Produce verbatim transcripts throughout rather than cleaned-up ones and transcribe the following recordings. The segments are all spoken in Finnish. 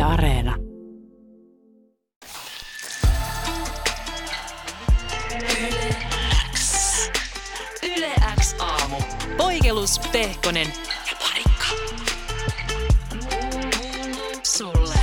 Yle Areena. Yle X. Yle X aamu. Poikelus, Pehkonen ja Parikka. Sulle.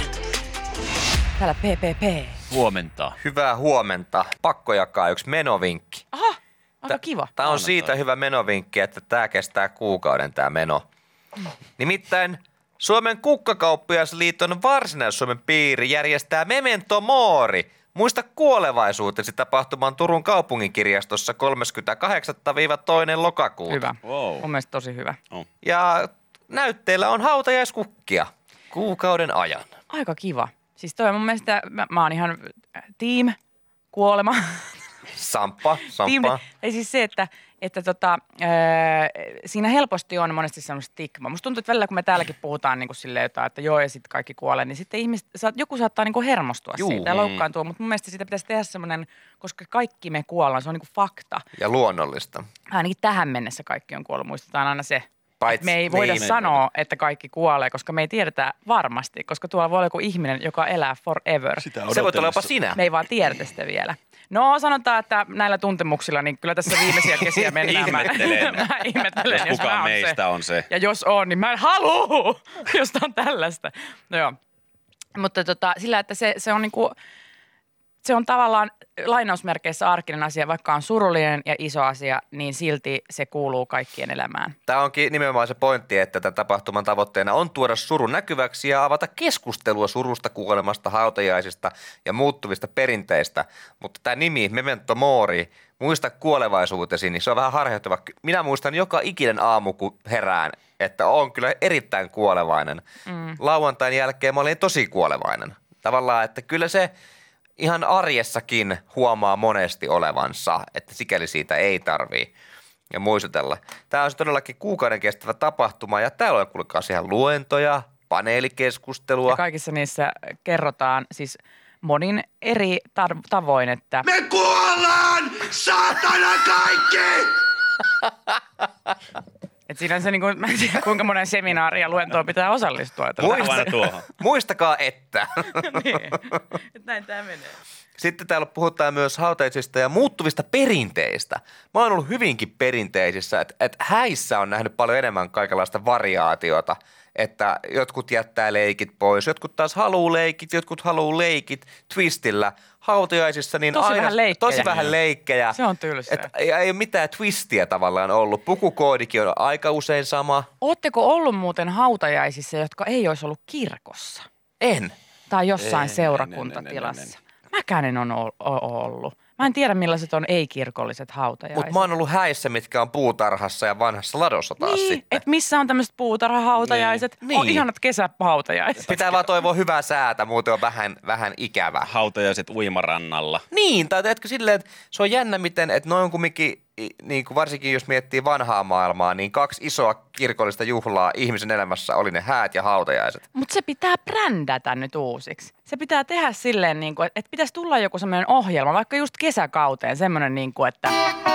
Täällä P P P. Huomenta. Hyvää huomenta. Pakko jakaa yksi menovinkki. Aha, aika kiva. Tämä on siitä hyvä menovinkki, että tämä kestää kuukauden tämä meno. Nimittäin Suomen Kukkakauppiasliiton Varsinais-Suomen piiri järjestää Memento Mori. Muista kuolevaisuutesi tapahtuman Turun kaupunginkirjastossa kolmaskymmeneskahdeksas toinen lokakuuta. Hyvä. Wow. Mun mielestä tosi hyvä. Oh. Ja näytteillä on hautajaiskukkia kuukauden ajan. Aika kiva. Siis toi on mun mielestä, mä, mä oon ihan team kuolema. Samppa, Team, samppa. ei siis se, että, että tota, ää, siinä helposti on monesti semmoista stigma. Musta tuntuu, että välillä kun me täälläkin puhutaan niin kuin silleen jotain, että joo ja sitten kaikki kuolee, niin sitten ihmiset, joku saattaa niin kuin hermostua Juu. siitä ja loukkaantua. Mutta mun mielestä siitä pitäisi tehdä semmoinen, koska kaikki me kuollaan, se on niin kuin fakta. Ja luonnollista. Ainakin tähän mennessä kaikki on kuollut, muistetaan aina se. Paitsi, Me ei voida niin, sanoa, että kaikki kuolee, koska me ei tiedetä varmasti, koska tuolla voi olla joku ihminen, joka elää forever. Se voi olla jopa sinä. Me ei vaan tiedetä sitä vielä. No sanotaan, että näillä tuntemuksilla, niin kyllä tässä viimeisiä kesiä mennään. Ihmettelen. Mä, mä ihmettelen, Jos jos kukaan mä oon meistä se. on se. Ja jos on, niin mä en halua, jos tää on tällaista. No joo. Mutta tota, sillä, että se, se on niinku, se on tavallaan lainausmerkeissä arkinen asia, vaikka on surullinen ja iso asia, niin silti se kuuluu kaikkien elämään. Tämä onkin nimenomaan se pointti, että tämän tapahtuman tavoitteena on tuoda surun näkyväksi ja avata keskustelua surusta, kuolemasta, hautajaisista ja muuttuvista perinteistä. Mutta tämä nimi, Memento Mori, muista kuolevaisuutesi, niin se on vähän harjoittava. Minä muistan joka ikinen aamu, kun herään, että on kyllä erittäin kuolevainen. Mm. Lauantain jälkeen mä olin tosi kuolevainen. Tavallaan, että kyllä se ihan arjessakin huomaa monesti olevansa, että sikäli siitä ei tarvii ja muistutella. Tämä on todellakin kuukauden kestävä tapahtuma ja täällä on kuulkaa ihan luentoja, paneelikeskustelua. Ja kaikissa niissä kerrotaan siis monin eri tar- tavoin, että Me kuollaan, saatana kaikki! et siinä on se, niin kuin, mä en tiedä kuinka monen seminaari ja luentoon pitää osallistua. Että Muista- Aina tuohon. Muistakaa, että. niin, että näin tämä menee. Sitten täällä puhutaan myös hautajaisista ja muuttuvista perinteistä. Mä oon ollut hyvinkin perinteisissä, että, että häissä on nähnyt paljon enemmän kaikenlaista variaatiota, että jotkut jättää leikit pois, jotkut taas haluu leikit, jotkut haluu leikit twistillä. Hautajaisissa niin Tosi aina vähän leikkejä. tosi vähän leikkejä. Se on tylsää. Et ei, ei ole mitään twistiä tavallaan ollut. Pukukoodikin on aika usein sama. Ootteko ollut muuten hautajaisissa, jotka ei olisi ollut kirkossa? En. Tai jossain En, seurakuntatilassa? en, en, en, Mäkään en ole ollut. Mä en tiedä, millaiset on ei-kirkolliset hautajaiset. Mutta mä oon ollut häissä, mitkä on puutarhassa ja vanhassa ladossa taas niin, sitten. että missä on tämmöiset puutarhahautajaiset. Niin. On Niin. ihanat kesähautajaiset. Pitää vaan toivoa hyvää säätä, muuten on vähän, vähän ikävä. Hautajaiset uimarannalla. Niin, tai teetkö silleen, että se on jännä miten, että noin kumminkin, niin kuin varsinkin jos miettii vanhaa maailmaa, niin kaksi isoa kirkollista juhlaa ihmisen elämässä oli ne häät ja hautajaiset. Mutta se pitää brändätä nyt uusiksi. Se pitää tehdä silleen, niin kuin, että, että pitäisi tulla joku semmoinen ohjelma, vaikka just kesäkauteen, semmoinen, niin kuin, että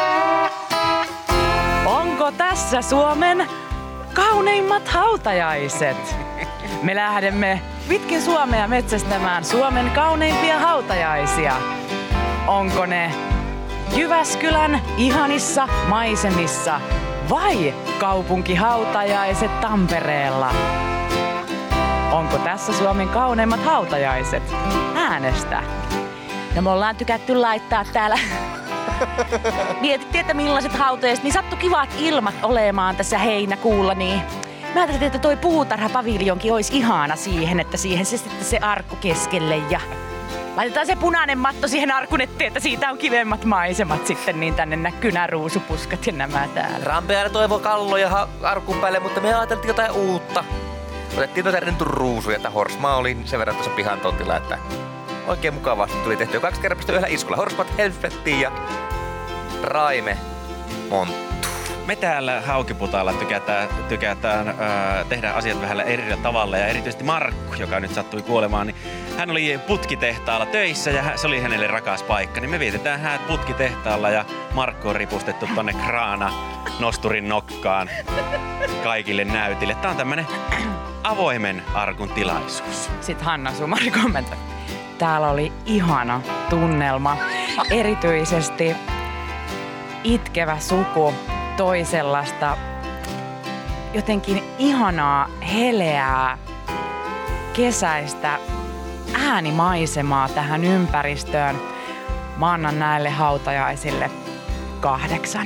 onko tässä Suomen kauneimmat hautajaiset? Me lähdemme pitkin Suomea metsästämään Suomen kauneimpia hautajaisia. Onko ne Jyväskylän ihanissa maisemissa vai kaupunkihautajaiset Tampereella? Onko tässä Suomen kauneimmat hautajaiset? Äänestä. No me ollaan tykätty laittaa täällä. Mietittiin, että millaiset hautajaiset, niin sattu kivat ilmat olemaan tässä heinäkuulla, niin mä ajattelin, että toi puutarhapaviljonkin olisi ihana siihen, että siihen se sitten se arkku keskelle ja laitetaan se punainen matto siihen arkun eteen, että siitä on kivemmat maisemat sitten, niin tänne näkyy nämä ruusupuskat ja nämä täällä. Rampeana toivoo kalloja ha- arkun päälle, mutta me ajateltiin jotain uutta. Otettiin noita renturuusuja, että Horsmaa oli sen verran tuossa pihan tontilla, että oikein mukavasti tuli tehtyä kaksi kerrasta yhdellä iskulla. Horsmat helvettiin ja Raime Monttu. Me täällä Haukiputaalla tykätään, tykätään äh, tehdä asiat vähän eri tavalla ja erityisesti Markku, joka nyt sattui kuolemaan, niin hän oli putkitehtaalla töissä ja se oli hänelle rakas paikka. Niin me vietetään häät putkitehtaalla ja Markku on ripustettu tonne kraana nosturin nokkaan kaikille näytille. Tää on tämmönen avoimen arkun tilaisuus. Sitten Hanna Sumari kommentoi. Täällä oli ihana tunnelma. Erityisesti itkevä suku toi sellaista jotenkin ihanaa, heleää, kesäistä äänimaisemaa tähän ympäristöön. Mä annan näille hautajaisille kahdeksan.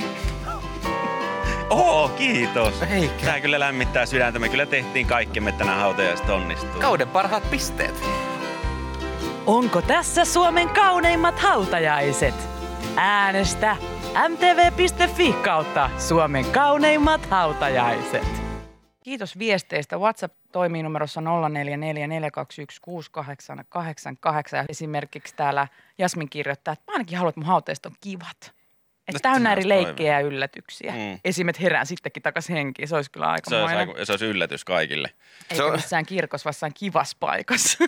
Oo, kiitos. Eikä. Tää kyllä lämmittää sydäntä. Me kyllä tehtiin kaikkemme, että nämä hautajaiset onnistuu. Kauden parhaat pisteet. Onko tässä Suomen kauneimmat hautajaiset? Äänestä m t v piste f i kautta Suomen kauneimmat hautajaiset. Kiitos viesteistä. WhatsApp toimii numerossa nolla neljä neljä neljä kaksi yksi kuusi kahdeksan kahdeksan kahdeksan. Esimerkiksi täällä Jasmin kirjoittaa, että mä ainakin haluan, että mun hautajaiset on kivat. Että täynnä eri leikkejä ja yllätyksiä. Mm. Esimerkiksi herään sittenkin takaisin henkiin. Se olisi kyllä aika se olisi, se olisi yllätys kaikille. Eikä on... missään kirkossa, vaan jossain kivassa paikassa.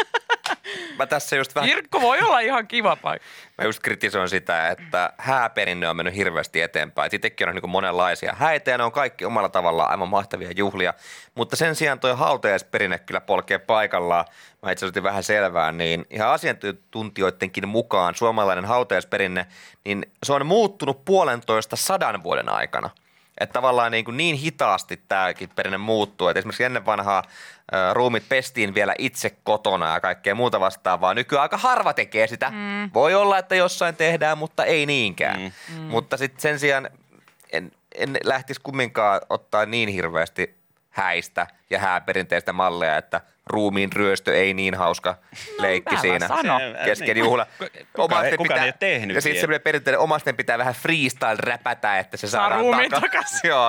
Mä tässä just vähän... Kirkko voi olla ihan kiva paikka. Mä just kritisoin sitä, että hääperinne on mennyt hirveästi eteenpäin. Itsekin on niin monenlaisia häitä ja ne on kaikki omalla tavallaan aivan mahtavia juhlia. Mutta sen sijaan toi hautajaisperinne kyllä polkee paikallaan. Mä itse asiassa vähän selvää, niin ihan asiantuntijoidenkin mukaan suomalainen hautajaisperinne, niin se on muuttunut puolentoista sadan vuoden aikana. Että tavallaan niin, kuin niin hitaasti tämäkin perinne muuttuu. Että esimerkiksi ennen vanhaa ä, ruumit pestiin vielä itse kotona ja kaikkea muuta vastaavaa. Nykyään aika harva tekee sitä. Mm. Voi olla, että jossain tehdään, mutta ei niinkään. Mm. Mm. Mutta sitten sen sijaan en, en lähtisi kumminkaan ottaa niin hirveästi häistä ja hääperinteistä malleja, että ruumiin ryöstö ei niin hauska leikki no, siinä kesken juhla. Kukaan ei, kuka ei ole tehnyt. Ja sitten semmoinen perinteinen omasten pitää vähän freestyle-räpätä, että se saa saadaan ruumiin takaisin. takaisin. Joo.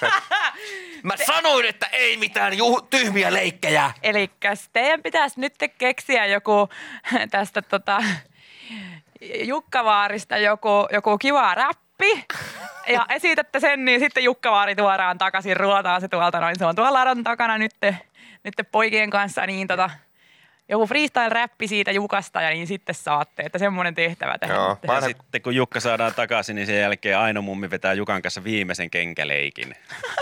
Mä sanoin, että ei mitään juh- tyhmiä leikkejä. Elikkäs teidän pitäisi nyt keksiä joku tästä tota, Jukkavaarista joku, joku kiva räppi. Ja esitätte sen, niin sitten Jukkavaari tuodaan takaisin, ruotaan se tuolta noin. Se on tuolla ladon takana nyt, nyt poikien kanssa, niin tota, joku freestyle-räppi siitä Jukasta ja niin sitten saatte, että semmoinen tehtävä tehdä. Joo, ja sitten kun Jukka saadaan takaisin, niin sen jälkeen Aino mummi vetää Jukan kanssa viimeisen kenkäleikin.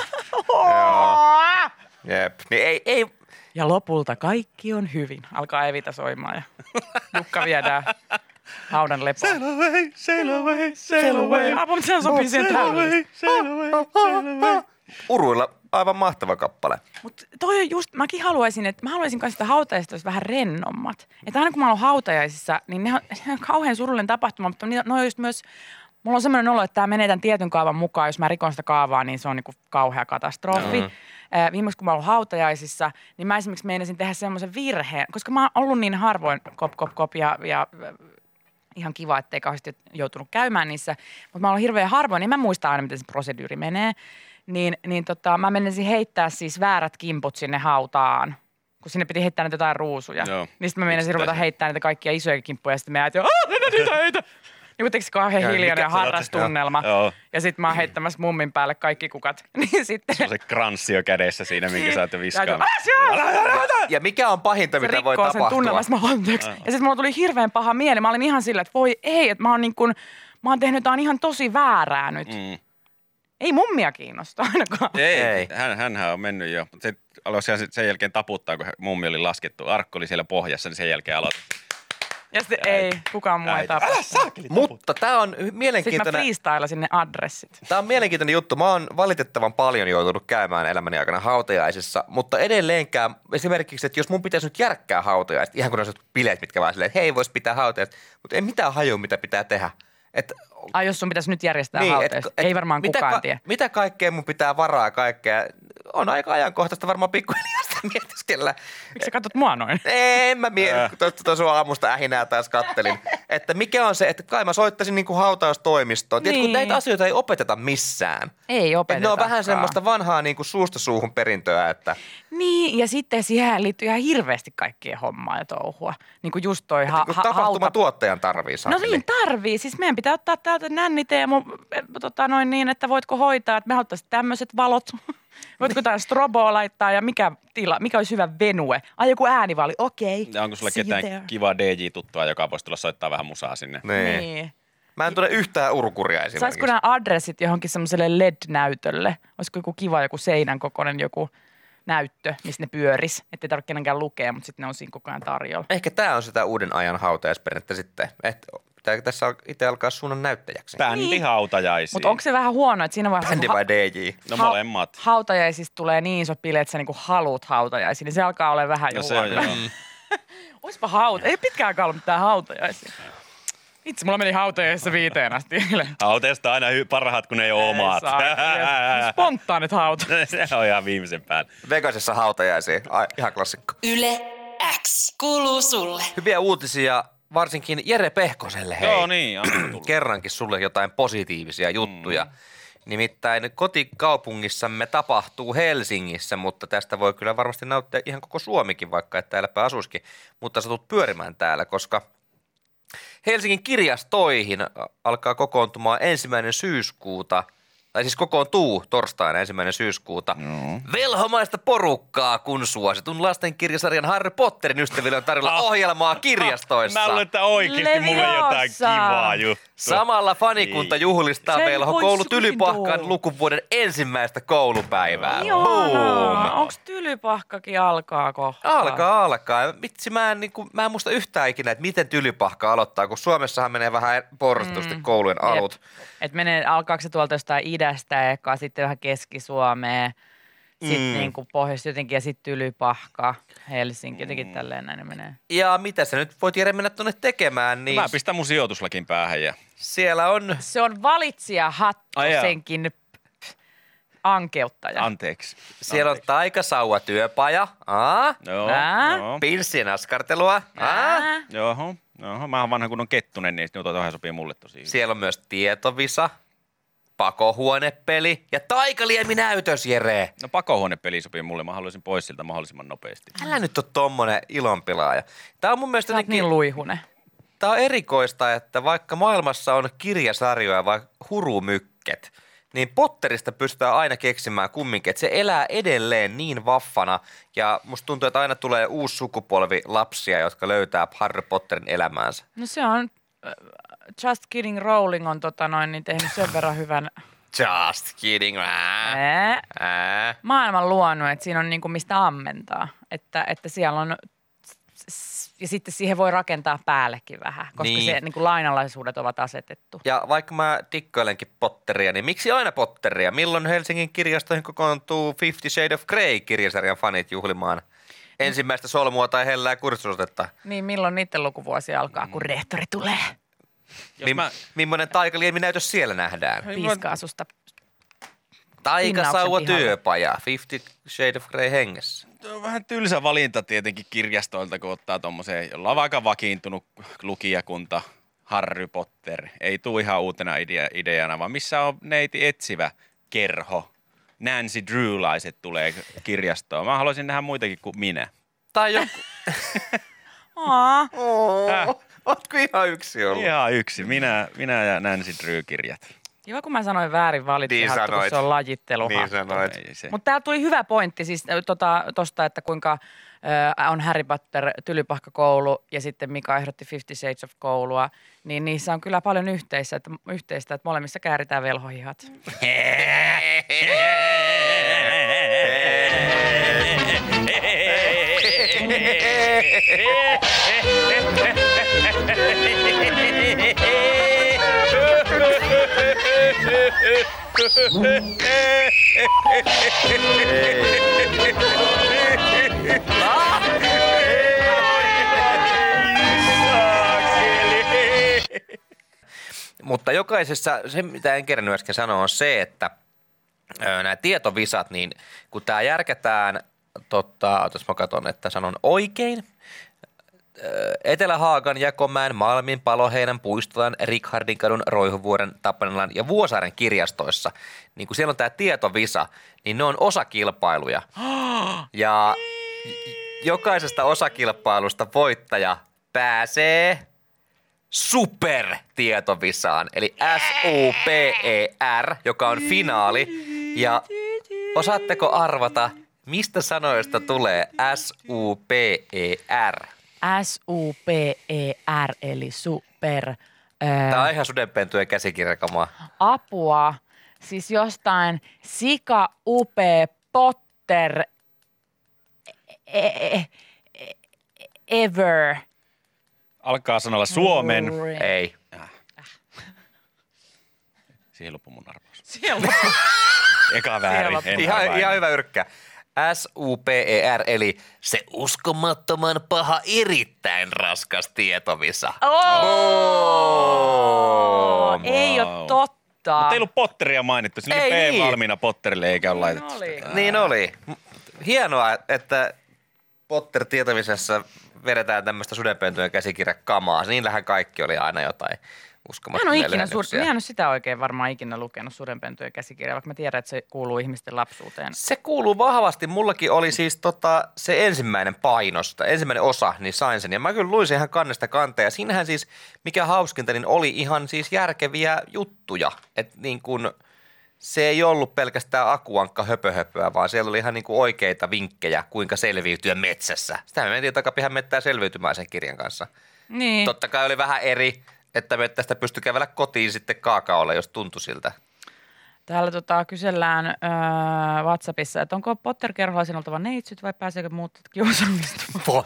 Joo. Jep. Niin ei, ei. Ja lopulta kaikki on hyvin. Alkaa Evita soimaan ja Jukka viedään haudan lepoon. Sail away, sail away, sail away. Apua, mutta sehän sopii siihen täydellisesti. Sail away, sail away. Uruilla aivan mahtava kappale. Mutta toi on just, mäkin haluaisin, että mä haluaisin kanssa, että hautajaisista olisi vähän rennommat. Että aina kun mä oon hautajaisissa, niin ne on, ne on kauhean surullinen tapahtuma, mutta ne on just myös, mulla on semmoinen olo, että tämä menee tämän tietyn kaavan mukaan. Jos mä rikon sitä kaavaa, niin se on niinku kauhea katastrofi. Mm. Viimeksi kun mä oon ollut hautajaisissa, niin mä esimerkiksi meinasin tehdä semmoisen virheen, koska mä oon ollut niin harvoin kop, kop, kop ja, ja ihan kiva, ettei kauheasti joutunut käymään niissä. Mutta mä oon hirveän harvoin, niin mä muistan aina, miten se proseduuri menee. Niin, niin tota, mä menisin heittää siis väärät kimput sinne hautaan, kun sinne piti heittää näitä jotain ruusuja. Joo. Niin sitten mä menisin ruveta heittää näitä kaikkia isoja kimppuja ja sitten me äiti, aah, heitä, heitä, heitä. Niin kun tekisi kauhean hiljainen ja harras tunnelma. Ja sitten mä oon heittämässä mummin päälle kaikki kukat. Niin sitten se on se kranssi jo kädessä siinä, minkä sä ootte viskaamaan. Ja mikä on pahinta, mitä voi tapahtua? Se rikkoo sen tunnelman, mä anteeksi. Ja sitten mulla tuli hirveän paha mieli. Mä olin ihan sillä, että voi ei, että mä oon, niin kun, mä oon tehnyt jotain ihan tosi väärää nyt. Mm. Ei mummia kiinnosta ainakaan. Ei, ei. Hän, hänhän on mennyt jo. Se aloisi sen jälkeen taputtaa, kun mummi oli laskettu. Arkku oli siellä pohjassa, niin sen jälkeen aloitti. Ja sitten ei, kukaan muu ei tapaa. Älä saakeli taputtaa. Mutta tää on mielenkiintoinen. Sitten mä freestylasin ne adressit. Tää on mielenkiintoinen juttu. Mä oon valitettavan paljon joutunut käymään elämäni aikana hautajaisissa, mutta edelleenkään esimerkiksi, että jos mun pitäisi nyt järkkää hautajaiset, ihan kun on bileet, mitkä vaan silleen, että hei, vois pitää hautajaiset, mutta ei mitään hajua, mitä pitää tehdä. Et, Ai jos sun pitäisi nyt järjestää niin, hautajaiset, ei varmaan mitä kukaan ka- tiedä. Mitä kaikkea mun pitää varaa kaikkea? On aika ajankohtaista varmaan pikkuhiljaa sitä mietiskellä. Miksi sä katsot mua noin? En mä mieti, tuosta sua aamusta ähinää taas kattelin. Että mikä on se, että kai mä soittaisin niin kuin hautaustoimistoon. Niin. Tiedätkö, kun näitä asioita ei opeteta missään. Ei opeteta. Ne on vähän semmoista vanhaa niin kuin suusta suuhun perintöä. Että niin, ja sitten siihen liittyy ihan hirveästi kaikkien hommaa ja touhua. Niin kuin just toi ha- ha- tapahtuman tuottajan tarvii saakeli. No niin, tarvii. Siis meidän pitää ottaa täältä nänniteemu tota noin niin, että voitko hoitaa, että me haluttaisiin tämmöiset valot. Voitko jotain stroboa laittaa ja mikä, tila, mikä olisi hyvä venue? Ai joku äänivaali, okei. Okay. Onko sulla ketään there. Kiva D J-tuttua, joka voisi tulla soittaa vähän musaa sinne? Niin. niin. Mä en tule yhtään urukuria esimerkiksi. Saisiko nämä adressit johonkin semmoiselle L E D-näytölle? Olisiko joku kiva joku seinän kokoinen joku näyttö, missä ne pyöris. Että ei tarvitse kenenkään lukea, mutta sitten ne on siinä koko ajan tarjolla. Ehkä tämä on sitä uuden ajan hautajaisperinnettä sitten, että pitää tässä itse alkaa suunnan näyttäjäksi. Bändihautajaisia. Mutta onko se vähän huono, että siinä vaiheessa... Bändi kun vai D J? No ha- molemmat. Hautajaisista tulee niin iso bile, että sä niinku haluut hautajaisiin, niin se alkaa olla vähän No jo se on joo. Oispa hauta. Ei pitkään aikaa ollut mitään hautajaisia. Itse mulla meni hautajaisissa viiteen asti. Hauteesta aina hy- parhaat, kun ne ei ole omat. Spontaanit hautajaiset. Se on ihan viimeisen päällä. Vegasissa hautajaisia, Ai, ihan klassikko. Yle X kuuluu sulle. Hyviä uutisia varsinkin Jere Pehkoselle, hei. Joo niin, anna tulla. Kerrankin sulle jotain positiivisia juttuja. Mm. Nimittäin kotikaupungissamme tapahtuu Helsingissä, mutta tästä voi kyllä varmasti nauttia ihan koko Suomikin, vaikka et täälläpä asuisikin. Mutta sä tulet pyörimään täällä, koska Helsingin kirjastoihin alkaa kokoontumaan ensimmäinen syyskuuta, tai siis kokoontuu torstaina ensimmäinen syyskuuta. No. Velhomaista porukkaa, kun suositun lastenkirjasarjan Harry Potterin ystäville on tarjolla ohjelmaa kirjastoissa. Mä luulen, että oikeesti mulla on jotain Leviosa. kivaa juttua. Samalla fanikunta juhlistaa Se Velho voi koulu suintua. Tylypahkan lukuvuoden ensimmäistä koulupäivää. Ihanaa. Onks Tylypahkakin alkaa kohta? Alkaa, alkaa. Vitsi, mä en, niin kuin, mä en muista yhtään ikinä, että miten Tylypahka aloittaa, kun Suomessahan menee vähän porrastusti mm. koulujen alut. Että menee, alkaako se tuolta jostain idästä eka, sitten vähän Keski-Suomeen, sitten Mm. niin kuin pohjois jotenkin ja sitten Tylypahka, Helsinki, jotenkin tälleen näin ne menee. Ja mitä sä nyt voit Jere mennä tuonne tekemään, niin Mä pistän mun sijoituslakin päähän ja... siellä on... Se on valitsija Hattosenkin ankeuttaja. Anteeksi. Siellä on taikasauva työpaja, aa, Joo, Ää? joo. pinssien askartelua, aa. Ää? Joo, joo. Mä oon vanha kun on Kettunen, niin tuo toihan sopii mulle tosi hyvin. Siellä on myös tietovisa, pakohuonepeli ja taikaliemi-näytös, Jere. No pakohuonepeli sopii mulle, mä haluaisin pois siltä mahdollisimman nopeasti. Älä nyt ole tommonen ilonpilaaja. Tää on mun mielestä Sä oot jotenkin- niin luihune. Tää on erikoista, että vaikka maailmassa on kirjasarjoja vai hurumykket, niin Potterista pystytään aina keksimään kumminkin, että se elää edelleen niin vaffana ja musta tuntuu, että aina tulee uusi sukupolvi lapsia, jotka löytää Harry Potterin elämäänsä. No se on, äh, Just Kidding Rowling on tota noin, niin tehnyt sen verran hyvän Just kidding. Ää, ää, ää. maailman luonut, että siinä on niinku mistä ammentaa. Että, että siellä on, ja sitten siihen voi rakentaa päällekin vähän, koska Niin. se niinku lainalaisuudet ovat asetettu. Ja vaikka mä dikkailenkin Potteria, niin miksi aina Potteria? Milloin Helsingin kirjastoihin kokoontuu Fifty Shades of Grey-kirjasarjan fanit juhlimaan ensimmäistä solmua tai hellää kurssustetta? Niin milloin niiden lukuvuosi alkaa, kun rehtori tulee Jos mä, Mimmoinen taikaliemi-näytös siellä nähdään? piiskaasusta. Taikasauva Pinnauksen työpaja, Fifty Shades of Grey hengessä. Tuo on vähän tylsä valinta tietenkin kirjastoilta, kun ottaa tommoseen, jolla on vaikka vakiintunut lukijakunta, Harry Potter. Ei tule ihan uutena idea, ideana, vaan missä on neiti etsivä kerho. Nancy Drew-laiset tulee kirjastoon. Mä haluaisin nähdä muitakin kuin minä. Tai joku... Aa, Oh, Häh? ootko ihan yksi ollut? Ihan yksi. Minä, minä ja Nancy Drew-kirjat. kiva kun mä sanoin väärin valitsi, Niin hattu, kun sanoit. se on lajittelu. Niin sanoit. Ei se. Mutta täällä tuli hyvä pointti siis tota, tosta, että kuinka ö, on Harry Potter Tylypahka-koulu ja sitten Mika ehdotti Fifty Shades of koulua, niin niissä on kyllä paljon yhteistä, että, yhteistä, että molemmissa kääritään velhohihat. Mutta jokaisessa, se mitä en kerännyt äsken sanoa, on se, että ö, nämä tietovisat, niin kun tämä järkätään, totta, otas mä katson, että sanon oikein, ö, Etelä-Haagan, Jakomäen, Malmin, Paloheinän, Puistolan, Rikhardin kadun, Roihuvuoren, Tapanilan ja Vuosaaren kirjastoissa, niin kun siellä on tämä tietovisa, niin ne on osakilpailuja. Ja jokaisesta osakilpailusta voittaja pääsee supertietovisaan, eli S U P E R, joka on finaali. Ja osaatteko arvata, mistä sanoista tulee S U P E R? S U P E R eli super. Tämä on ihan sudenpentujen käsikirjakamaa. Apua, siis jostain sika upea Potter e- e- e- ever. Alkaa sanalla Suomen. Ei. Siihen loppui mun arvaus. Siellä Eka väärin. loppui. en Ihan, havainnut. ihan hyvä yrkkä. S U P E R eli se uskomattoman paha erittäin raskas tietovisa. Oh, ei wow. ole totta. Mutta ei ollut Potteria mainittu. Siinä oli Ei P niin. valmiina Potterille eikä ole laitettu oli. sitä. Niin oli. Hienoa, että Potter-tietovisessa vedetään tämmöistä sudenpentujen käsikirjakamaa. Niillähän kaikki oli aina jotain Mä en uskomattomia ole ikinä, sur- lyhennyksiä. mä en ole sitä oikein varmaan ikinä lukenut Sudenpentujen käsikirjaa, vaikka mä tiedän, että se kuuluu ihmisten lapsuuteen. Se kuuluu vahvasti. Mullakin oli siis tota, se ensimmäinen painos, tai ensimmäinen osa, niin sain sen. Ja mä kyllä luin sen ihan kannesta kanteen. Ja siinähän siis, mikä hauskinta, niin oli ihan siis järkeviä juttuja. Että niin kun, se ei ollut pelkästään akuankka höpöhöpöä, vaan siellä oli ihan niin kuin oikeita vinkkejä, kuinka selviytyä metsässä. Sitä me mentiin takapihan mettään selviytymään sen kirjan kanssa. Niin. Totta kai oli vähän eri, että mettästä pystyi kävellä kotiin sitten kaakaolle, jos tuntui siltä. Täällä tota, kysellään öö, WhatsAppissa, että onko Potter-kerholaisen oltava neitsyt vai pääseekö muut kiusallistumaan? Voi.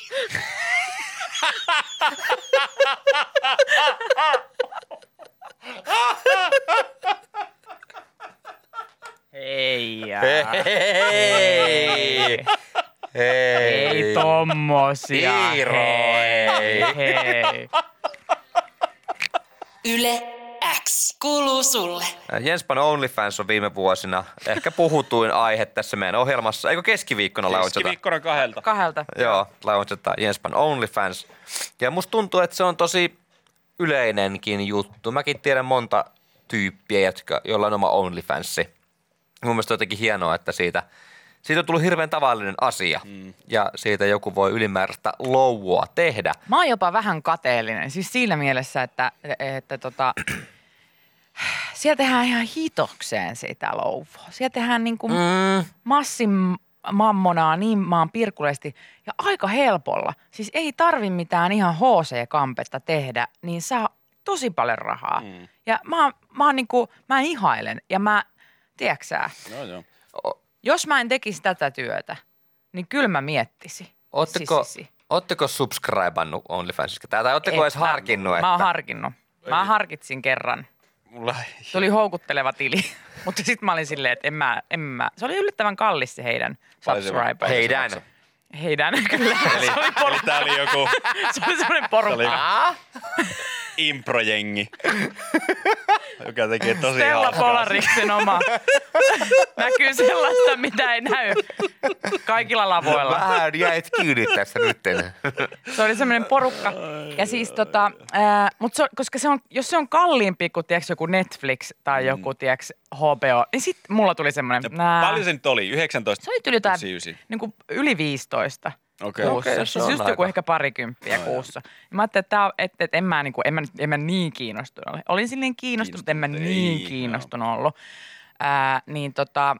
Ei, Hei. Hei. ei tommosia. Iiro, hei, hei. Yle X kuuluu sulle. Jenspan OnlyFans on viime vuosina ehkä puhutuin aihe tässä meidän ohjelmassa. Eikö keskiviikkona launchata? Keskiviikkona kahdelta. Kahdelta. Joo, launchata Jenspan OnlyFans. Ja musta tuntuu, että se on tosi yleinenkin juttu. Mäkin tiedän monta tyyppiä, jotka, joilla on oma OnlyFansi. Mun mielestä on jotenkin hienoa, että siitä, siitä on tullut hirveän tavallinen asia. Mm. Ja siitä joku voi ylimääräistä louvoa tehdä. Mä oon jopa vähän kateellinen, siis siinä mielessä, että, että tota, siellä tehdään ihan hitokseen sitä louvoa. Siellä tehdään niin kuin Mm. massin mammonaa niin maan pirkuleesti ja aika helpolla. Siis ei tarvi mitään ihan H C-kampetta tehdä, niin saa tosi paljon rahaa. Mm. Ja mä, mä, oon niin kuin, mä ihailen ja mä, tiedätkö sä, Joo, joo. jos mä en tekisi tätä työtä, niin kyllä mä miettisin. Ootteko, Si, si, si. ootteko subscribannut OnlyFansista? Tai ootteko En, edes harkinnut? Mä, että... mä oon harkinnut. Mä harkitsin kerran. Mulla ei. Se oli houkutteleva tili, mutta sitten mä olin silleen, että en mä, en mä. Se oli yllättävän kallis se heidän Paljon se- subscribe. paljon se Heidän. maksaa? Heidän, kyllä. Eli, se oli eli porukka. tää oli joku Se oli semmoinen se porukka. oli improjengi, joka tekee tosi Stella hauskaa. Polariksen oma. Näkyy sellaista, mitä ei näy kaikilla lavoilla. Vähän jäit kiinni tässä nyt. Se oli semmoinen porukka. Ja siis tota, ää, mut se on, koska se on, jos se on kalliimpi kuin tiiäks, joku Netflix tai joku tiiäks, H B O, niin sitten mulla tuli semmoinen, Ja nää, paljon se nyt oli? yhdeksäntoista? se oli yli jotain yhdeksänkymmentäyhdeksän. niin kuin yli viisitoista. Okei. Kuussa. Okei, se Siis on just aika. joku ehkä parikymppiä No, kuussa. Ja mä ajattelin, että, tää, on- että, että en, mä, niin kuin, en, mä, nyt- en mä niin kiinnostunut ole. Olin silleen kiinnostunut, mutta en mä Kiinnostunut, niin ei, kiinnostunut ollut. Ää, niin tota,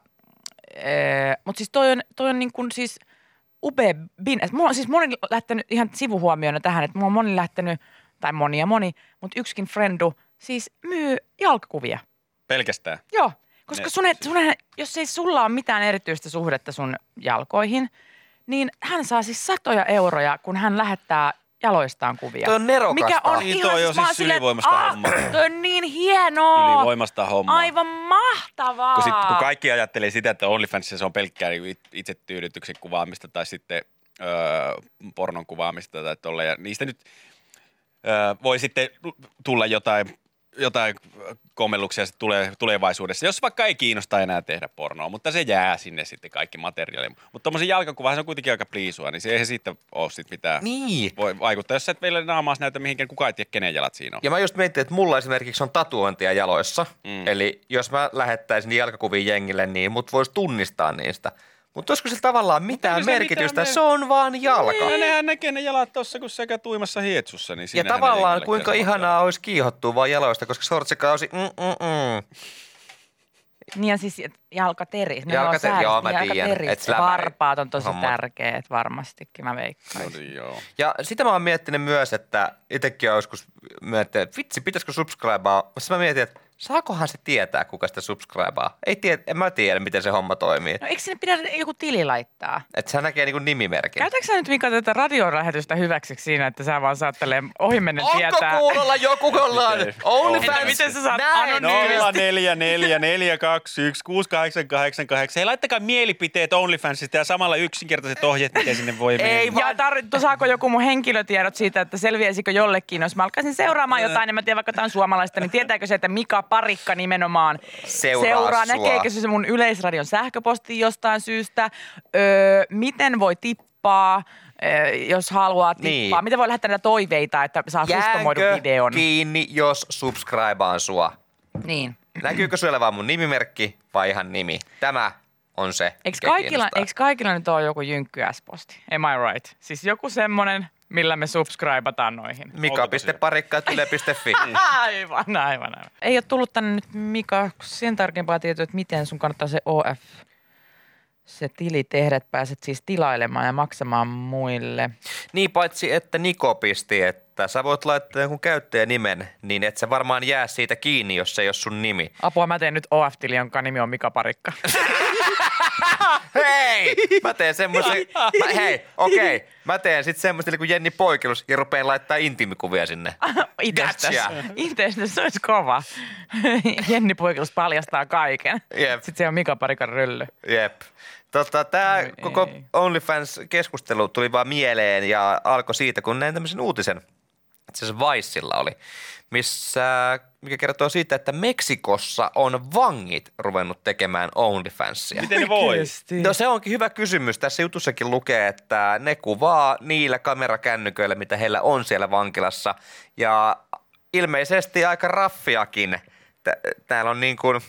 mutta siis toi on, toi on niin kuin siis upea business. Mulla on siis moni lähtenyt ihan sivuhuomioina tähän, että mulla on moni lähtenyt, tai moni ja moni, mutta yksikin friendu siis myy jalkakuvia. Pelkästään. Joo, koska Ne- sun, ei- sun, ei- jos ei sulla ole mitään erityistä suhdetta sun jalkoihin, niin hän saa siis satoja euroja, kun hän lähettää jaloistaan kuvia. Toi on nerokasta. Mikä on Niin, ihan toi on mä oon siis silleen, että, ylivoimasta "Ah, hommaa." toi on niin hienoa. Ylivoimasta hommaa. Aivan mahtavaa. Kun, sit, kun kaikki ajattelee sitä, että OnlyFansissa se on pelkkää niin itsetyydytyksen kuvaamista tai sitten öö, pornon kuvaamista tai tolle. Ja niistä nyt öö, voi sitten tulla jotain, jotain kommelluksia sitten tulee, tulevaisuudessa, jos vaikka ei kiinnosta enää tehdä pornoa, mutta se jää sinne sitten kaikki materiaali. Mutta tuommoisen jalkakuvahan se on kuitenkin aika pliisua, niin se eihän siitä ole sitten mitään Niin. voi vaikuttaa, jos sä et vielä naamaas näytä mihinkään, kukaan ei tiedä, kenen jalat siinä on. Ja mä just mietin, että mulla esimerkiksi on tatuointia jaloissa. Mm. Eli jos mä lähettäisin jalkakuvia jengille, niin mut vois tunnistaa niistä. Mutta olisiko sillä tavallaan mitään eikö se merkitystä? mitään Se on vaan jalka. Ja nehän näkee ne jalat tossa, kun sekä tuimassa hietsussa. Niin Ja siinähän ne tavallaan jengille kuinka käy ihanaa olisi kiihottua vaan jaloista, koska sortsikausi, mm, mm, mm. Niin ja siis jalkateri. Ne Jalkateri, on säädös, joo, mä tiedän, jalkaterit. et släpäri. Varpaat on tosi Homma. tärkeät varmastikin, mä veikkaisin. No niin, joo. Ja sitä mä oon miettinyt myös, että itsekin on joskus miettinyt, että vitsi, pitäisikö subscribea. Sitten mä mietin, että Saakohan se tietää, kuka sitä subscribaa? Ei tiedä, en mä tiedä, miten se homma toimii. No eikö sinne pidä joku tili laittaa? Että se näkee niinku nimimerkin. Käytätkö sä nyt Mika tätä radiolähetystä hyväksiksi siinä, että sä vaan saat tälleen ohimennen tietää? Onko kuulolla joku, jolla on OnlyFans? Entä miten sä saat Näin. anonyymisti? nolla neljä neljä neljä kaksi yksi kuusi kahdeksan kahdeksan kahdeksan. Hei, laittakaa mielipiteet OnlyFansista ja samalla yksinkertaiset ohjeet, miten sinne voi mennä. Ei Ja tar- saako joku mun henkilötiedot siitä, että selviäisikö jollekin, jos mä alkaisin seuraamaan jotain, niin mä tiedän vaikka tämän suomalaista, niin tietääkö se, että Mika Parikka nimenomaan Seuraa seuraa, sua. näkeekö se mun Yleisradion sähköposti jostain syystä, öö, miten voi tippaa, öö, jos haluaa tippaa, Niin. miten voi lähettää näitä toiveita, että saa kustomoidun Jäänkö videon. kiinni, jos subscribaan sua? Niin. Näkyykö sulle vaan mun nimimerkki vai ihan nimi? Tämä on se, Eikö mikä kaikilla, kiinnostaa. eikö kaikilla nyt ole joku jynkky S-posti? Am I right? Siis joku semmonen, millä me subscribataan noihin. Mika piste parikka ät yle piste fi. Aivan, aivan, aivan. Ei ole tullut tänne nyt, Mika, sen tarkempaa tietoa, että miten sun kannattaa se O F, se tili tehdä, että pääset siis tilailemaan ja maksamaan muille. Niin paitsi, että Niko pisti, että sä voit laittaa jonkun käyttäjänimen, niin et sä varmaan jää siitä kiinni, jos se ei ole sun nimi. Apua, mä teen nyt O F-tili, jonka nimi on Mika Parikka. Hei! Mä teen semmoisen, mä, hei, okei. Okay. Mä teen sit semmoista kuin Jenni Poikilus ja rupeen laittaa intiimikuvia sinne. Itsestäs. Gotcha. Itsestäs se olisi kova. Jenni Poikilus paljastaa kaiken. Jep. Sitten se on Mika Parikan rylly. Jep. Tota, tää Oi koko ei. OnlyFans-keskustelu tuli vaan mieleen ja alkoi siitä, kun näin tämmöisen uutisen, itse asiassa Vicella oli, missä, mikä kertoo siitä, että Meksikossa on vangit ruvennut tekemään OnlyFansia. Miten ne voi? Oikeesti? No se onkin hyvä kysymys. Tässä jutussakin lukee, että ne kuvaa niillä kamerakännyköillä, mitä heillä on siellä vankilassa. Ja ilmeisesti aika raffiakin. Tä- Täällä on niin kuin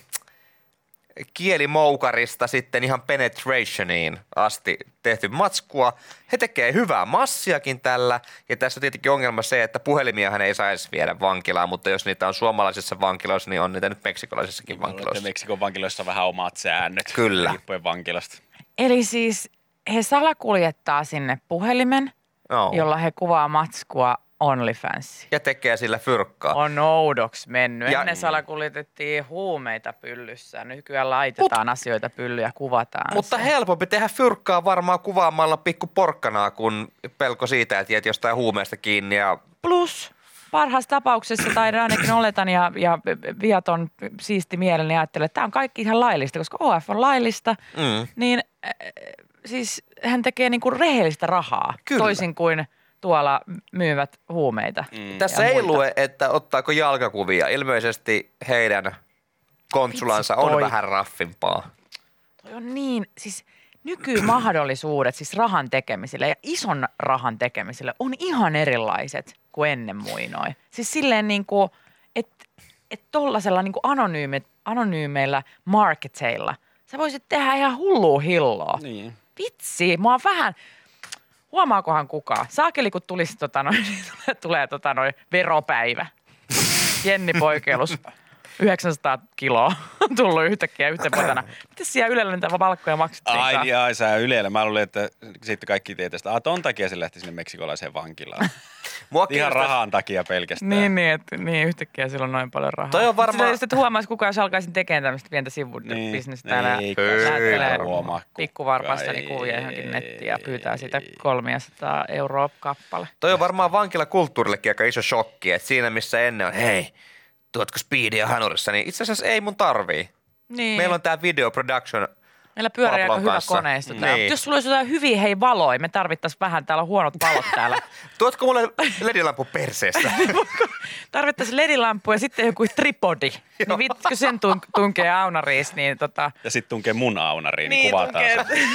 kielimoukarista sitten ihan penetrationiin asti tehty matskua. He tekee hyvää massiakin tällä, ja tässä on tietenkin ongelma se, että puhelimiahan ei saisi viedä vankilaan, mutta jos niitä on suomalaisissa vankiloissa, niin on niitä nyt meksikolaisissakin vankiloissa. Meksikon vankiloissa on vähän omat säännöt. Kyllä. Riippuen vankilasta. Eli siis he salakuljettaa sinne puhelimen, No. jolla he kuvaa matskua OnlyFansiin. Ja tekee sillä fyrkkaa. On oudoksi mennyt. Ja- Ennen salakuljetettiin huumeita pyllyssä. Nykyään laitetaan Mut, asioita pyllyä, kuvataan Mutta se. helpompi tehdä fyrkkaa varmaan kuvaamalla pikku porkkanaa, kuin pelko siitä, että jäät jostain huumeesta kiinni. Ja... Plus parhaassa tapauksessa, tai ainakin oletan ja, ja viaton siisti mieleni ajattelee, että tämä on kaikki ihan laillista, koska O F on laillista, Mm. niin äh, siis hän tekee niinku rehellistä rahaa, Kyllä. toisin kuin tuolla myyvät huumeita. Mm. Tässä Ja ei muita. lue, että ottaako jalkakuvia. Ilmeisesti heidän konsulansa Vitsi on toi. vähän raffimpaa. Toi on niin, siis nykymahdollisuudet siis rahan tekemiselle ja ison rahan tekemiselle on ihan erilaiset kuin ennen muinoin. Siis silleen niin kuin, että et tollasella niin kuin anonyymi, anonyymeillä marketeilla sä voisit tehdä ihan hullua hilloa. Niin. Vitsi, mua on vähän, huomaakohan kukaan? Saakeli kun tulisi tota noin, niin tulee, tulee tota noin veropäivä. Jenni Poikelus. yhdeksänsataa kiloa on tullut yhtäkkiä yhtenpäivänä. Miten siellä Ylellä niitä palkkoja maksettiin? Ai niin, ai sä Ylellä. Mä luulin, että sitten kaikki tietää sitä. Ah, ton takia se lähti sinne meksikolaiseen vankilaan. Mua Ihan kiinnostaa- rahan takia pelkästään. Niin, niin, että niin yhtäkkiä sillä on noin paljon rahaa. Toi on varmaan- Sitä just, että huomaisi kukaan, jos alkaisin tekemään tämmöistä pientä sivubisnestä täällä. Ei, Lähettelee huomaa pikkuvarpastani kukaan. kuvia johonkin nettiin ja pyytää siitä kolmesataa euroa kappale. Toi on varmaan vankilakulttuurillekin aika iso shokki, että siinä missä ennen on, hei, tuotko speedia hanurissa, niin itse asiassa ei mun tarvii. Niin. Meillä on tää video production. Meillä pyörii aika Pablon hyvä kanssa. koneisto täällä. Niin. Jos sulla olisi jotain hyviä hei valoja, me tarvittaisiin vähän, täällä on huonot valot täällä. Tuotko mulle ledilampu perseestä? Tarvittaisiin ledilamppu ja sitten joku tripodi. Niin viitkö sen tun- tunkee aunariis, niin tota... Ja sitten tunkee mun aunariin, niin, niin kuvataan tunkee. se.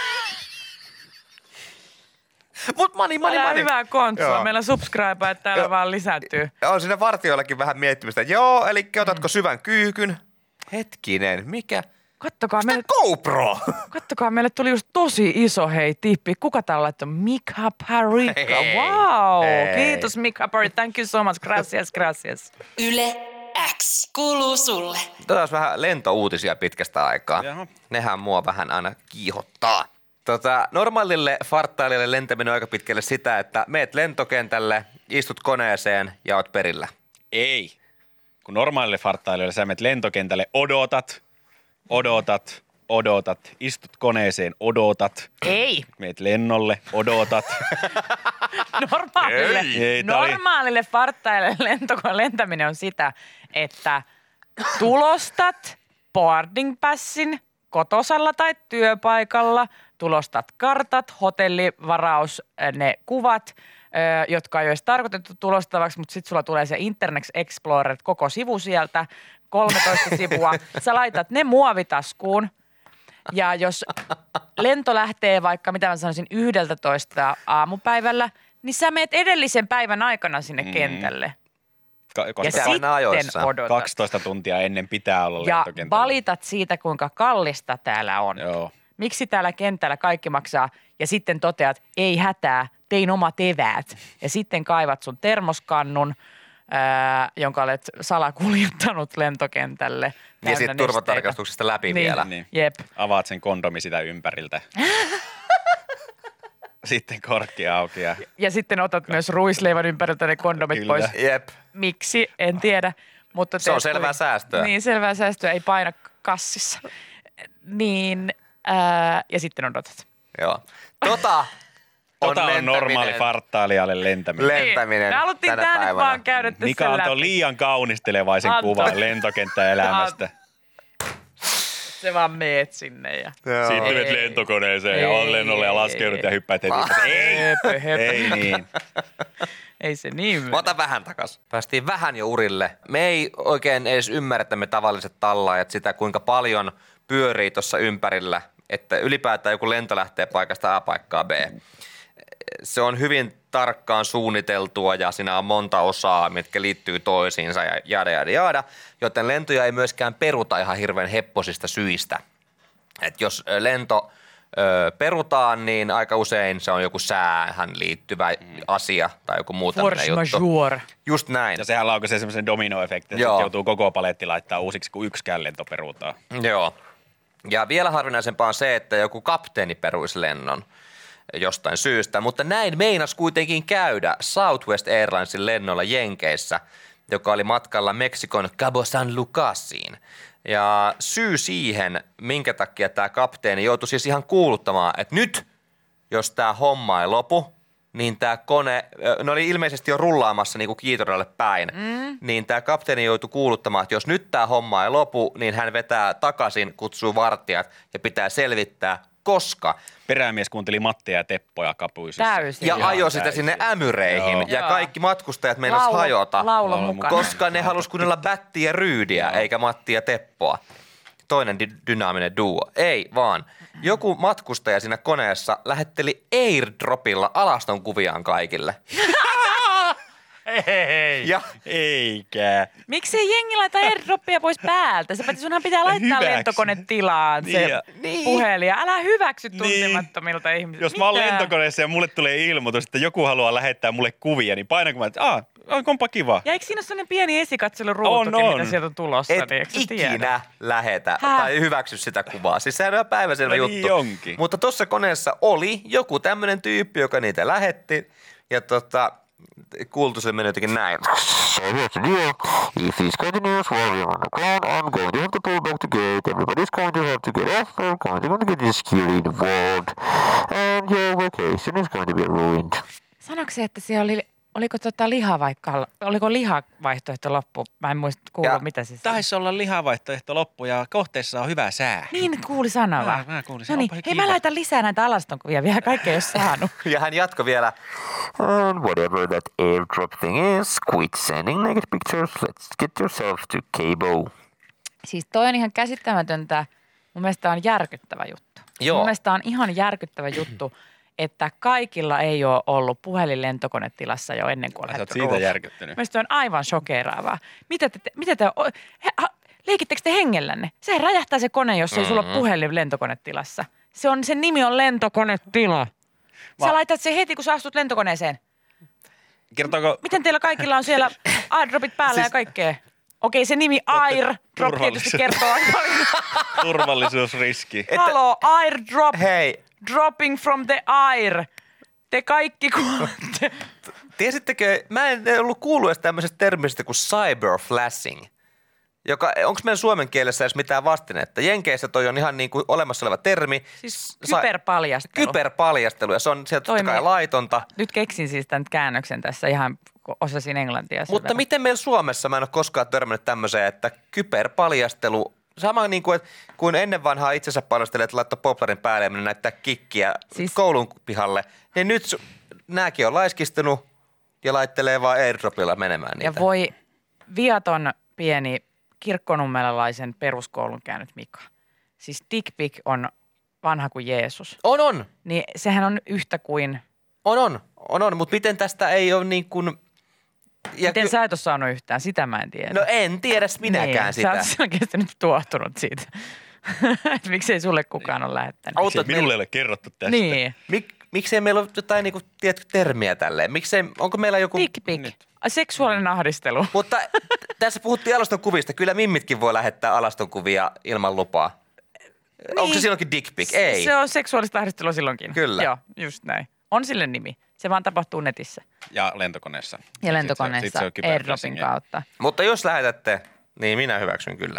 Mut mani, mani, Älä mani. hyvää kontsua. Joo. Meillä subscribe, että täällä Joo. vaan lisääntyy. On siinä vartijoillakin vähän miettimistä. Joo, eli otatko syvän kyykyn? Hetkinen, mikä? Kattokaa, Mitä meille, GoPro? kattokaa, meille tuli just tosi iso hei tippi. Kuka täällä laittoi? Mika Parikka. Hei. Wow. Hei. Kiitos Mika Parikka. Thank you so much. Gracias, gracias. Yle X kuuluu sulle. Taas vähän lentouutisia pitkästä aikaa. Jaha. Nehän mua vähän aina kiihottaa. Tota, normaalille farttailijalle lentäminen on aika pitkälle sitä, että meet lentokentälle, istut koneeseen ja oot perillä. Ei. kun normaalille farttailijoille sä menet lentokentälle, odotat, odotat, odotat, istut koneeseen, odotat. Ei. Meet lennolle, odotat. Normaalille, Ei, ei, tää oli- normaalille farttaille lentokoneen lentäminen on sitä, että tulostat boarding passin kotosalla tai työpaikalla, tulostat kartat, hotellivaraus, ne kuvat, ö, jotka ei olisi tarkoitettu tulostavaksi, mutta sitten sulla tulee se Internet Explorer, koko sivu sieltä, kolmetoista sivua. Sä laitat ne muovitaskuun. Ja jos lento lähtee vaikka, mitä mä sanoisin, yhdeltätoista aamupäivällä, niin sä meet edellisen päivän aikana sinne mm. kentälle. Ka- Ja koska Pitää mennä ajoissa. sitten odotat. kaksitoista tuntia ennen pitää olla Ja lentokentällä. valitat siitä, kuinka kallista täällä on. Joo. Miksi täällä kentällä kaikki maksaa ja sitten toteat, ei hätää, tein omat eväät. Ja sitten kaivat sun termoskannun, ää, jonka olet salakuljettanut lentokentälle. Ja täynnä sitten nesteitä. turvatarkastuksesta läpi Niin. vielä. Niin. Jep. Avaat sen kondomi sitä ympäriltä. Sitten korkki auki ja Ja sitten otat myös ruisleivän ympäriltä ne kondomit Kyllä. pois. Jep. Miksi? En tiedä. Mutta Se on teet selvää kuitenkin- säästöä. Niin, selvää säästöä. Ei paina kassissa. Niin, ää, ja sitten odotat. Joo. Tota on, tota on lentäminen. normaali farttailijalle lentäminen. Lentäminen Me haluttiin tänä tää nyt päivänä. vaan käydä tässä Mika antoi läpi. liian kaunistelevaisen Antoi. kuvan lentokenttäelämästä. Se vaan meet sinne ja... Joo. Sitten menet Ei. lentokoneeseen ja Ei. on lennolle ja laskeudut ja hyppäät heti. Ei, Höpö, höpö. ei niin. Ei se niin Mä mene. otan vähän takas. Päästiin vähän jo urille. Me ei oikein edes ymmärretä me tavalliset tallaajat sitä, kuinka paljon pyörii tuossa ympärillä, että ylipäätään joku lento lähtee paikasta A paikkaan B. Se on hyvin tarkkaan suunniteltua ja siinä on monta osaa, mitkä liittyy toisiinsa ja jaada, jaada, jaada. Joten lentoja ei myöskään peruta ihan hirveän hepposista syistä. Et jos ö, lento ö, perutaan, niin aika usein se on joku säähän liittyvä asia tai joku muu tämmöinen Force juttu. majeure. Just näin. Ja sehän laukaisee semmoisen dominoefektin, että Joo. sit joutuu koko paletti laittaa uusiksi, kun yksikään lento peruutaan. Joo. Ja vielä harvinaisempaa on se, että joku kapteeni peruisi lennon jostain syystä, mutta näin meinas kuitenkin käydä Southwest Airlinesin lennolla Jenkeissä, joka oli matkalla Meksikon Cabo San Lucasiin. Ja syy siihen, minkä takia tämä kapteeni joutui siis ihan kuuluttamaan, että nyt, jos tämä homma ei lopu, niin tämä kone, ne oli ilmeisesti jo rullaamassa niin kuin kiitoralle päin, mm. niin tämä kapteeni joutui kuuluttamaan, että jos nyt tämä homma ei lopu, niin hän vetää takaisin, kutsuu vartijat ja pitää selvittää, koska. Perämies kuunteli Mattia ja Teppoja kapuisissa. Täysin. Ja Ihan ajoi sitä täysin. sinne ämyreihin Joo. ja Joo. kaikki matkustajat meinas Laulo- hajota, Laulo Laulo mukana. mukana. koska ne halus kuunnella Bättiä ja Ryydiä eikä Mattia ja Teppoa. Toinen dy- dynaaminen duo. Ei vaan. Joku matkustaja siinä koneessa lähetteli airdropilla alaston kuviaan kaikille. Ei, Ja eikä. Miksei jengi laita airdroppia pois päältä? Se päätä sunhan pitää laittaa Hyväksy. lentokonetilaan se Niin ja- Niin. puhelin. Ja älä hyväksy Niin. tuntemattomilta ihmisiltä. Jos mä oon Mitä? lentokoneessa ja mulle tulee ilmoitus, että joku haluaa lähettää mulle kuvia, niin painanko mä, että aah, onpa kiva. Ja eikö siinä ole sellainen pieni esikatseluruutukin, On, on. mitä sieltä on tulossa? et niin, eikö sä ikinä tiedä? lähetä Häh? tai hyväksy sitä kuvaa. Siis sehän on ihan päiväselvä No niin juttu. onkin. Mutta tuossa koneessa oli joku tämmöinen tyyppi, joka niitä lähetti. Ja tota, kuultu se meni jotenkin näin. Here's the deal. If this continues while we're on the ground, I'm going to have to pull back the gate. Everybody's going to have to get off. We're going to, going to get this security involved. And your vacation is going to be ruined. Sanoiko se, että siellä oli, oliko tota liha vaikka, oliko lihavaihtoehto loppu? Mä en muista kuulla, Ja mitä se Taisi olla lihavaihtoehto loppu ja kohteessa on hyvä sää. Niin, kuuli sanoa. Mä- mä kuulin sen. No niin, Onpa hei mä kiva. laitan lisää näitä alastonkuvia vielä, kaikkea ei ole saanut. Ja hän jatkoi vielä. And whatever that airdrop thing is, quit sending naked pictures. Let's get yourself to Cabo. Siis toi on ihan käsittämätöntä. Mun mielestä on järkyttävä juttu. Joo. Mun mielestä on ihan järkyttävä juttu, että kaikilla ei ole ollut puhelin lentokonetilassa jo ennen kuin on Sä oot lähdetty siitä ruutuun. järkyttynyt. Mielestäni on aivan shokeeraavaa. Mitä te, mitä te he, ha, leikittekö te hengellänne? Sehän räjähtää se kone, jos ei sulla ole puhelin lentokonetilassa. Se on, sen nimi on lentokonetila. Sä Va- laitat sen heti, kun sä astut lentokoneeseen. Kertooko Miten teillä kaikilla on siellä airdropit päällä Siis- ja kaikkea? Okei, se nimi airdrop tietysti turvallisuus. kertoo aika paljon. turvallisuusriski? Että- Halo, airdrop, Hei, dropping from the air. Te kaikki kuulette. tiesittekö, mä en ollut kuullut edes tämmöisestä termistä kuin cyberflashing. joka, onko meidän suomen kielessä edes mitään vastinetta? Jenkeissä toi on ihan niin kuin olemassa oleva termi. Siis kyberpaljastelu. Kyberpaljastelu, ja se on sieltä totta kai laitonta. Nyt keksin siis tämän käännöksen tässä ihan, osasin englantia. Mutta verran. Miten meillä Suomessa, mä en ole koskaan törmännyt tämmöiseen, että kyberpaljastelu, sama niin kuin, kuin ennen vanhaa itsensä paljastelee, että laittaa poplarin päälle ja näyttää kikkiä siis koulun pihalle, niin nyt nääkin on laiskistunut ja laittelee vaan airdropilla menemään niitä. Ja voi viaton pieni kirkkonummelalaisen peruskoulun käynyt Mika. Siis dickpic on vanha kuin Jeesus. On, on. Niin sehän on yhtä kuin... On, on. On, on. Mutta miten tästä ei ole niin kuin... Ja miten ky- sä et ole saanut yhtään? Sitä mä en tiedä. No en tiedä minäkään niin, sitä. Sä oot selkeästi nyt tuohtunut siitä. Että miksei sulle kukaan ole lähettänyt. Miksei minulle ei ole kerrottu tästä. Niin. Mik, miksei meillä ole jotain niinku, tiedätkö, termiä tälleen? Miksei, onko meillä joku... Dickpic. Seksuaalinen ahdistelu. Mutta tässä puhuttiin alastonkuvista. Kyllä mimmitkin voi lähettää alastonkuvia ilman lupaa. Niin. Onko se silloinkin dickpic? Ei. Se on seksuaalista ahdistelua silloinkin. Kyllä. Joo, just näin. On sille nimi. Se vaan tapahtuu netissä. Ja lentokoneessa. Ja lentokoneessa airdropin kautta. Mutta jos lähetätte, niin minä hyväksyn kyllä.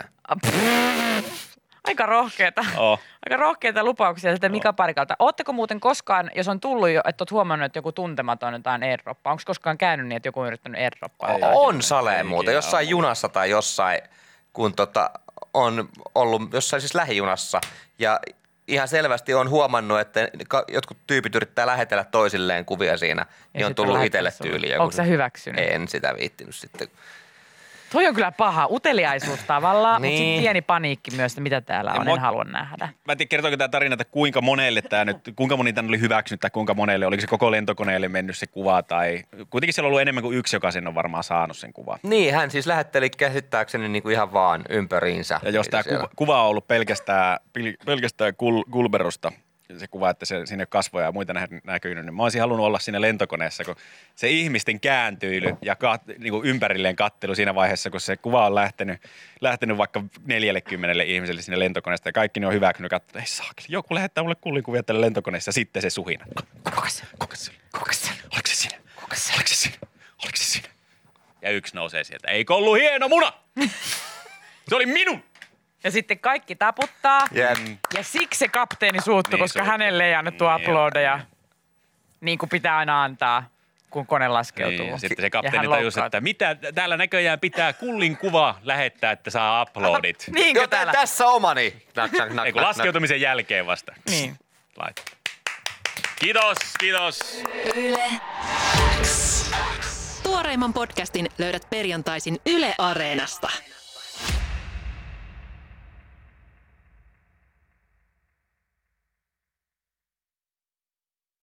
Aika rohkeita. Oh. Aika rohkeita lupauksia sieltä Mika Parikalta. Ootteko muuten koskaan, jos on tullut jo, että oot huomannut, että joku tuntematon jotain airdroppaa, onko koskaan käynyt niin, että joku on yrittänyt airdroppaa? Ei, on saleen muuten. Jossain junassa tai jossain, kun tota, on ollut jossain siis lähijunassa ja ihan selvästi on huomannut, että jotkut tyypit yrittää lähetellä toisilleen kuvia siinä, niin on tullut itselle tyyliä. Onko sä hyväksynyt? En sitä viittinyt sitten. Toi on kyllä paha. Uteliaisuus tavallaan, niin. Mutta sitten pieni paniikki myös, että mitä täällä on, ja en halua nähdä. Mä en tiedä, kertooko tämä tarina, että kuinka monelle tämä nyt, kuinka moni tämän oli hyväksynyt tai kuinka monelle, oliko se koko lentokoneelle mennyt se kuva tai kuitenkin siellä on ollut enemmän kuin yksi, joka sen on varmaan saanut sen kuvan. Niin, hän siis lähetteli käsittääkseni niin kuin ihan vaan ympäriinsä. Ja jos tämä kuva, kuva on ollut pelkästään, pelkästään kul, Kulberosta, se kuva, että se, sinne kasvoja ja muita nä- näkynyt, niin mä olisin halunnut olla siinä lentokoneessa, kun se ihmisten kääntyily ja kat, niin kuin ympärilleen kattelu siinä vaiheessa, kun se kuva on lähtenyt, lähtenyt vaikka neljällekymmenelle ihmiselle sinne lentokoneesta ja kaikki ne on hyväksynyt katsoa, ei saakeli, joku lähettää mulle kullikuvia tälle lentokoneessa ja sitten se suhina. Kuka se? Kuka se? Kuka se? Oliko se siinä? Kuka se? Oliko se siinä? Oliko se siinä? Ja yksi nousee sieltä, eikö ollut hieno muna? Se oli minun! Ja sitten kaikki taputtaa. Yep. Ja siksi se kapteeni suuttui, niin, koska hänelle ei annettu niin, uploadeja. Niin kuin pitää aina antaa, kun kone laskeutuu. Niin, ja sitten se kapteeni tajusi, että mitä täällä näköjään pitää kullin kuva lähettää, että saa uploadit. Niinkö Joten täällä? tässä omani. Nak, nak, nak, Ei kun laskeutumisen jälkeen vasta. Niin. Laita. Kiitos, kiitos. Yle X. Tuoreimman podcastin löydät perjantaisin Yle Areenasta.